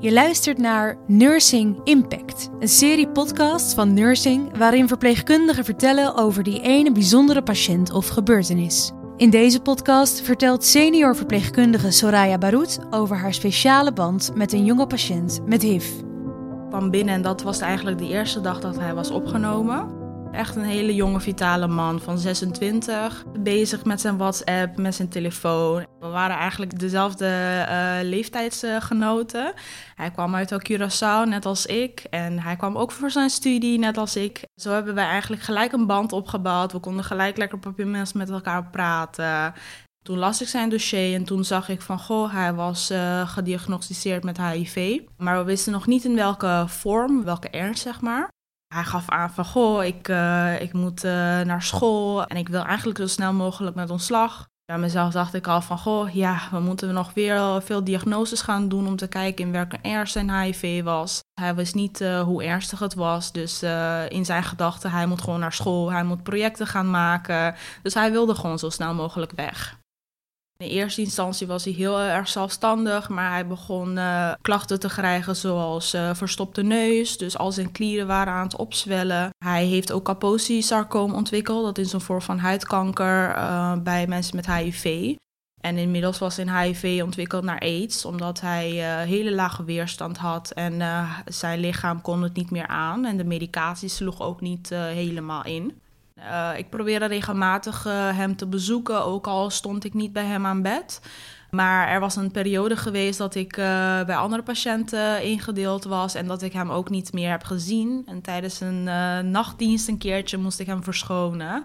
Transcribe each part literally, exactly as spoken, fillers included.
Je luistert naar Nursing Impact, een serie podcasts van Nursing waarin verpleegkundigen vertellen over die ene bijzondere patiënt of gebeurtenis. In deze podcast vertelt senior verpleegkundige Soraya Baroud over haar speciale band met een jonge patiënt met H I V. Ik kwam binnen en dat was eigenlijk de eerste dag dat hij was opgenomen. Echt een hele jonge, vitale man van zesentwintig. Bezig met zijn WhatsApp, met zijn telefoon. We waren eigenlijk dezelfde uh, leeftijdsgenoten. Hij kwam uit Curaçao, net als ik. En hij kwam ook voor zijn studie, net als ik. Zo hebben wij eigenlijk gelijk een band opgebouwd. We konden gelijk lekker papiermens met elkaar praten. Toen las ik zijn dossier en toen zag ik van, goh, hij was uh, gediagnosticeerd met H I V. Maar we wisten nog niet in welke vorm, welke ernst, zeg maar. Hij gaf aan van, goh, ik, uh, ik moet uh, naar school en ik wil eigenlijk zo snel mogelijk met ontslag. Bij mezelf dacht ik al van, goh, ja, we moeten nog weer veel diagnoses gaan doen om te kijken in welke ernst zijn H I V was. Hij wist niet uh, hoe ernstig het was, dus uh, in zijn gedachten, hij moet gewoon naar school, hij moet projecten gaan maken. Dus hij wilde gewoon zo snel mogelijk weg. In eerste instantie was hij heel erg zelfstandig, maar hij begon uh, klachten te krijgen zoals uh, verstopte neus. Dus al zijn klieren waren aan het opzwellen. Hij heeft ook Kaposi-sarcoom ontwikkeld. Dat is een vorm van huidkanker uh, bij mensen met H I V. En inmiddels was zijn H I V ontwikkeld naar AIDS, omdat hij uh, hele lage weerstand had. En uh, zijn lichaam kon het niet meer aan en de medicatie sloeg ook niet uh, helemaal in. Uh, ik probeerde regelmatig uh, hem te bezoeken, ook al stond ik niet bij hem aan bed. Maar er was een periode geweest dat ik uh, bij andere patiënten ingedeeld was en dat ik hem ook niet meer heb gezien. En tijdens een uh, nachtdienst een keertje moest ik hem verschonen.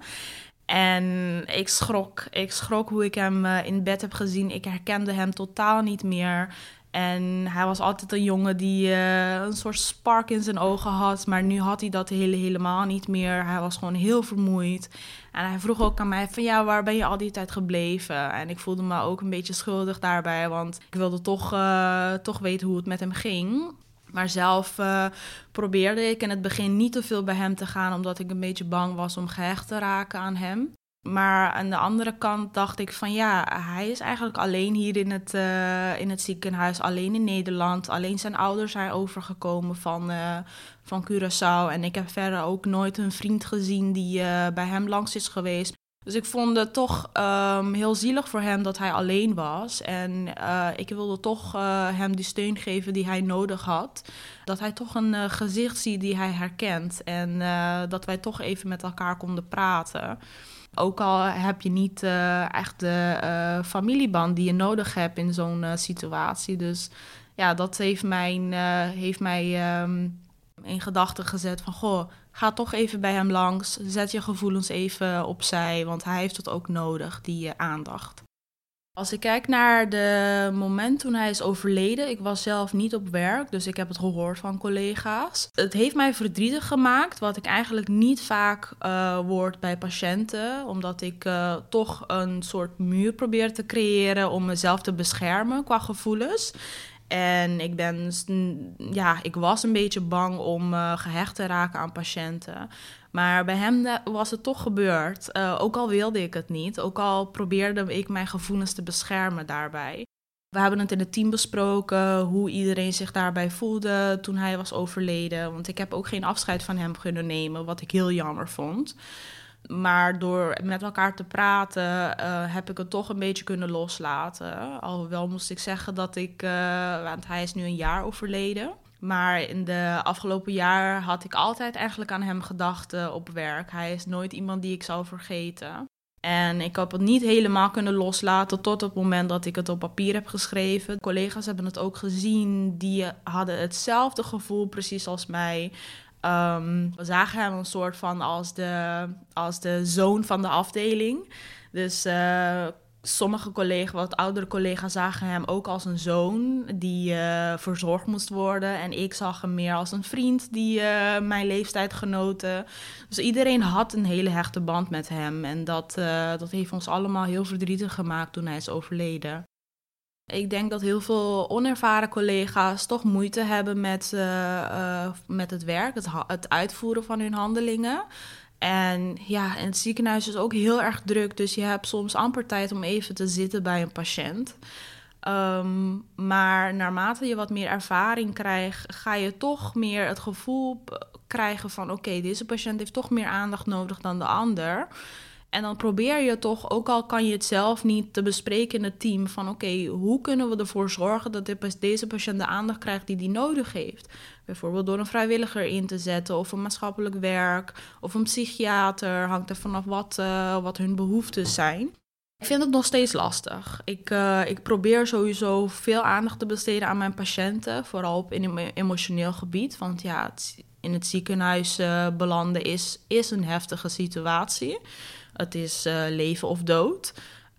En ik schrok. Ik schrok hoe ik hem uh, in bed heb gezien. Ik herkende hem totaal niet meer. En hij was altijd een jongen die uh, een soort spark in zijn ogen had. Maar nu had hij dat hele, helemaal niet meer. Hij was gewoon heel vermoeid. En hij vroeg ook aan mij van, ja, waar ben je al die tijd gebleven? En ik voelde me ook een beetje schuldig daarbij. Want ik wilde toch, uh, toch weten hoe het met hem ging. Maar zelf uh, probeerde ik in het begin niet te veel bij hem te gaan, omdat ik een beetje bang was om gehecht te raken aan hem. Maar aan de andere kant dacht ik van, ja, hij is eigenlijk alleen hier in het, uh, in het ziekenhuis, alleen in Nederland. Alleen zijn ouders zijn overgekomen van, uh, van Curaçao. En ik heb verder ook nooit een vriend gezien die uh, bij hem langs is geweest. Dus ik vond het toch um, heel zielig voor hem dat hij alleen was. En uh, ik wilde toch uh, hem die steun geven die hij nodig had. Dat hij toch een uh, gezicht ziet die hij herkent. En uh, dat wij toch even met elkaar konden praten. Ook al heb je niet uh, echt de uh, familieband die je nodig hebt in zo'n uh, situatie. Dus ja, dat heeft mij, uh, heeft mij um, in gedachten gezet van, goh, ga toch even bij hem langs. Zet je gevoelens even opzij, want hij heeft het ook nodig, die uh, aandacht. Als ik kijk naar de moment toen hij is overleden, ik was zelf niet op werk, dus ik heb het gehoord van collega's. Het heeft mij verdrietig gemaakt, wat ik eigenlijk niet vaak uh, word bij patiënten, omdat ik uh, toch een soort muur probeer te creëren om mezelf te beschermen qua gevoelens. En ik ben, ja, ik was een beetje bang om uh, gehecht te raken aan patiënten. Maar bij hem was het toch gebeurd. Uh, ook al wilde ik het niet. Ook al probeerde ik mijn gevoelens te beschermen daarbij. We hebben het in het team besproken, hoe iedereen zich daarbij voelde toen hij was overleden. Want ik heb ook geen afscheid van hem kunnen nemen, wat ik heel jammer vond. Maar door met elkaar te praten uh, heb ik het toch een beetje kunnen loslaten. Alhoewel moest ik zeggen dat ik, uh, want hij is nu een jaar overleden. Maar in de afgelopen jaar had ik altijd eigenlijk aan hem gedacht uh, op werk. Hij is nooit iemand die ik zou vergeten. En ik heb het niet helemaal kunnen loslaten tot het moment dat ik het op papier heb geschreven. Collega's hebben het ook gezien, die hadden hetzelfde gevoel precies als mij. Um, we zagen hem een soort van als de, als de zoon van de afdeling. Dus uh, sommige collega's, wat oudere collega's, zagen hem ook als een zoon die uh, verzorgd moest worden. En ik zag hem meer als een vriend die uh, mijn leeftijd genoten. Dus iedereen had een hele hechte band met hem. En dat, uh, dat heeft ons allemaal heel verdrietig gemaakt toen hij is overleden. Ik denk dat heel veel onervaren collega's toch moeite hebben met, uh, uh, met het werk, het, ha- het uitvoeren van hun handelingen. En ja, en het ziekenhuis is ook heel erg druk, dus je hebt soms amper tijd om even te zitten bij een patiënt. Um, maar naarmate je wat meer ervaring krijgt, ga je toch meer het gevoel krijgen van oké, okay, deze patiënt heeft toch meer aandacht nodig dan de ander. En dan probeer je toch, ook al kan je het zelf niet, te bespreken in het team van oké, okay, hoe kunnen we ervoor zorgen dat deze patiënt de aandacht krijgt die die nodig heeft? Bijvoorbeeld door een vrijwilliger in te zetten of een maatschappelijk werk of een psychiater, hangt er vanaf wat, uh, wat hun behoeften zijn. Ik vind het nog steeds lastig. Ik, uh, ik probeer sowieso veel aandacht te besteden aan mijn patiënten, vooral op in emotioneel gebied. Want ja, het, in het ziekenhuis uh, belanden is, is een heftige situatie. Het is uh, leven of dood.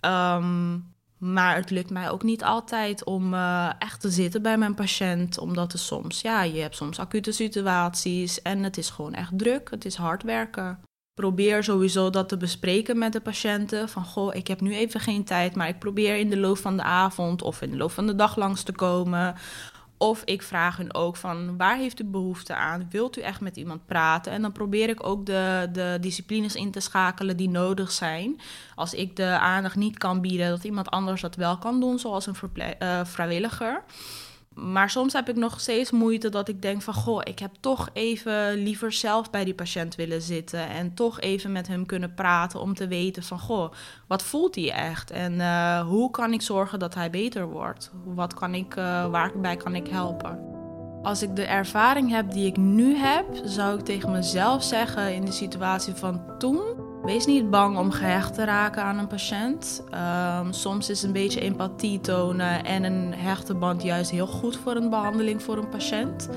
Um, maar het lukt mij ook niet altijd om uh, echt te zitten bij mijn patiënt. Omdat er soms, ja, je hebt soms acute situaties en het is gewoon echt druk. Het is hard werken. Probeer sowieso dat te bespreken met de patiënten. Van, goh, ik heb nu even geen tijd, maar ik probeer in de loop van de avond of in de loop van de dag langs te komen. Of ik vraag hun ook van, waar heeft u behoefte aan? Wilt u echt met iemand praten? En dan probeer ik ook de, de disciplines in te schakelen die nodig zijn. Als ik de aandacht niet kan bieden, dat iemand anders dat wel kan doen, zoals een verple- uh, vrijwilliger. Maar soms heb ik nog steeds moeite dat ik denk van, goh, ik heb toch even liever zelf bij die patiënt willen zitten en toch even met hem kunnen praten om te weten van, goh, wat voelt hij echt? En uh, hoe kan ik zorgen dat hij beter wordt? Wat kan ik, uh, waarbij kan ik helpen? Als ik de ervaring heb die ik nu heb, zou ik tegen mezelf zeggen in de situatie van toen, wees niet bang om gehecht te raken aan een patiënt. Um, soms is een beetje empathie tonen en een hechte band juist heel goed voor een behandeling voor een patiënt.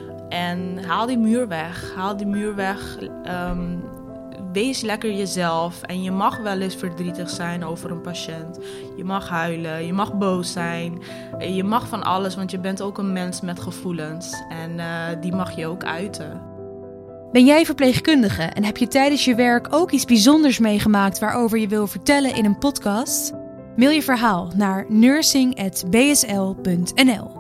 En haal die muur weg. Haal die muur weg. Um, wees lekker jezelf. En je mag wel eens verdrietig zijn over een patiënt. Je mag huilen, je mag boos zijn. Je mag van alles, want je bent ook een mens met gevoelens. En uh, die mag je ook uiten. Ben jij verpleegkundige en heb je tijdens je werk ook iets bijzonders meegemaakt waarover je wil vertellen in een podcast? Mail je verhaal naar nursing at b s l punt n l.